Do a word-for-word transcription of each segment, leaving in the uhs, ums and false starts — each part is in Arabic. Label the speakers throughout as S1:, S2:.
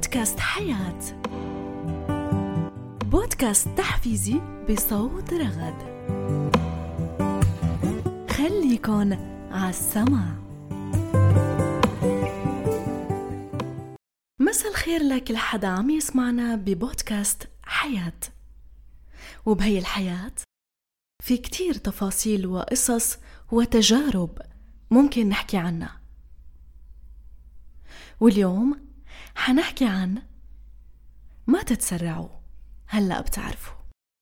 S1: بودكاست حياة، بودكاست تحفيزي بصوت رغد. خليكن عالسمع. مساء الخير لكل حدا عم يسمعنا ببودكاست حياة. وبهي الحياة في كتير تفاصيل وقصص وتجارب ممكن نحكي عنها، واليوم حنحكي عن ما تتسرعوا هلأ بتعرفوا.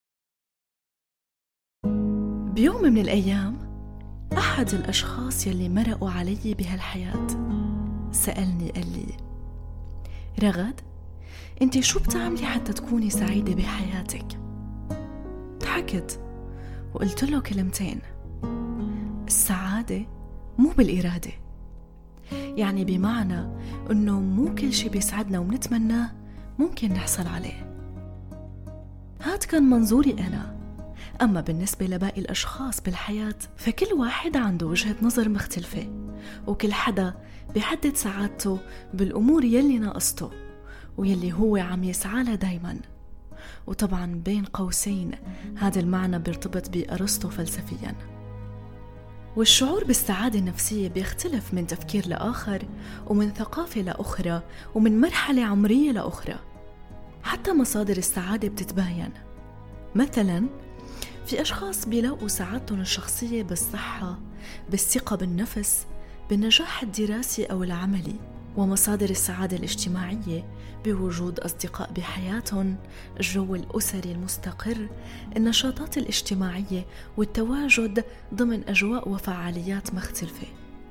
S1: بيوم من الأيام أحد الأشخاص يلي مرقوا علي بهالحياة سألني، قال لي: رغد، انتي شو بتعملي حتى تكوني سعيدة بحياتك؟ ضحكت وقلت له كلمتين: السعادة مو بالإرادة، يعني بمعنى أنه مو كل شي بيسعدنا ومنتمناه ممكن نحصل عليه. هاد كان منظوري أنا. أما بالنسبة لباقي الأشخاص بالحياة فكل واحد عنده وجهة نظر مختلفة، وكل حدا بيحدد سعادته بالأمور يلي ناقصته ويلي هو عم يسعى دايما. وطبعا بين قوسين هذا المعنى بيرتبط بأرسطو فلسفيا. والشعور بالسعادة النفسية بيختلف من تفكير لآخر، ومن ثقافة لأخرى، ومن مرحلة عمرية لأخرى. حتى مصادر السعادة بتتباين. مثلا في أشخاص بيلاقوا سعادتهم الشخصية بالصحة، بالثقة بالنفس، بالنجاح الدراسي أو العملي. ومصادر السعادة الاجتماعية بوجود أصدقاء بحياتهم، الجو الأسري المستقر، النشاطات الاجتماعية، والتواجد ضمن أجواء وفعاليات مختلفة.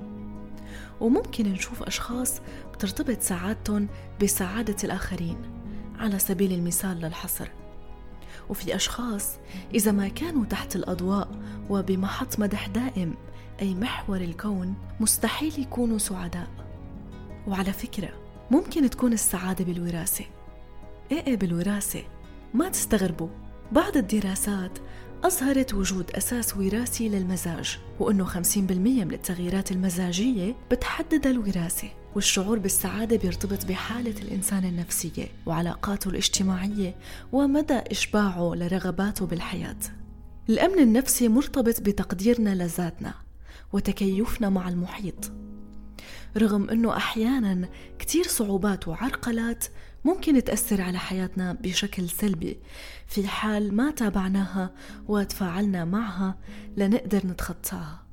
S1: وممكن نشوف أشخاص بترتبط سعادتهم بسعادة الآخرين على سبيل المثال للحصر. وفي أشخاص إذا ما كانوا تحت الأضواء وبمحط مدح دائم أي محور الكون مستحيل يكونوا سعداء. وعلى فكرة ممكن تكون السعادة بالوراثة. إيه إيه بالوراثة، ما تستغربوا. بعض الدراسات أظهرت وجود أساس وراثي للمزاج، وأنه خمسين بالمية من التغييرات المزاجية بتحدد الوراثة. والشعور بالسعادة بيرتبط بحالة الإنسان النفسية وعلاقاته الاجتماعية ومدى إشباعه لرغباته بالحياة. الأمن النفسي مرتبط بتقديرنا لذاتنا وتكيفنا مع المحيط، رغم أنه أحياناً كتير صعوبات وعرقلات ممكن تأثر على حياتنا بشكل سلبي في حال ما تابعناها وتفاعلنا معها لنقدر نتخطاها.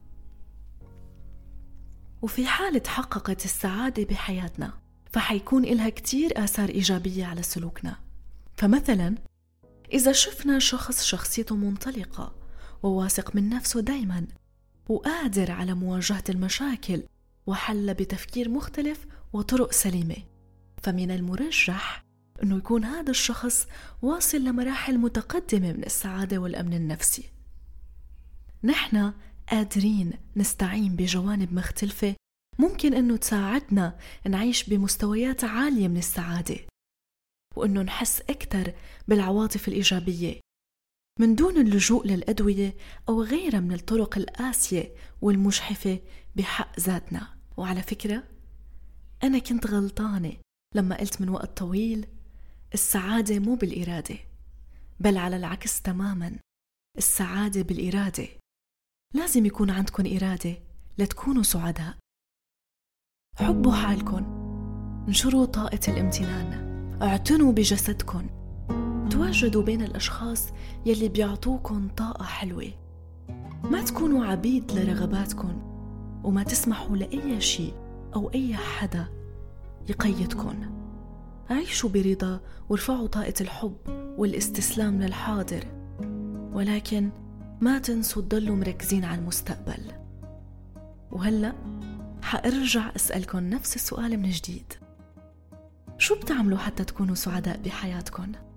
S1: وفي حال تحققت السعادة بحياتنا فحيكون إلها كتير آثار إيجابية على سلوكنا. فمثلاً إذا شفنا شخص شخصيته منطلقة وواثق من نفسه دايماً وقادر على مواجهة المشاكل وحل بتفكير مختلف وطرق سليمة، فمن المرجح أنه يكون هذا الشخص واصل لمراحل متقدمة من السعادة والأمن النفسي. نحن قادرين نستعين بجوانب مختلفة ممكن أنه تساعدنا نعيش بمستويات عالية من السعادة، وأنه نحس أكثر بالعواطف الإيجابية من دون اللجوء للأدوية أو غيرها من الطرق القاسية والمجحفة بحق ذاتنا. وعلى فكرة أنا كنت غلطانة لما قلت من وقت طويل السعادة مو بالإرادة، بل على العكس تماماً، السعادة بالإرادة. لازم يكون عندكم إرادة لتكونوا سعداء. حبوا حالكم، انشروا طاقة الامتنان، اعتنوا بجسدكم، تواجدوا بين الأشخاص يلي بيعطوكم طاقة حلوة. ما تكونوا عبيد لرغباتكم، وما تسمحوا لأي شيء أو أي حدا يقيدكم. عيشوا برضا وارفعوا طاقة الحب والاستسلام للحاضر، ولكن ما تنسوا تضلوا مركزين على المستقبل. وهلأ حأرجع أسألكم نفس السؤال من جديد: شو بتعملوا حتى تكونوا سعداء بحياتكم؟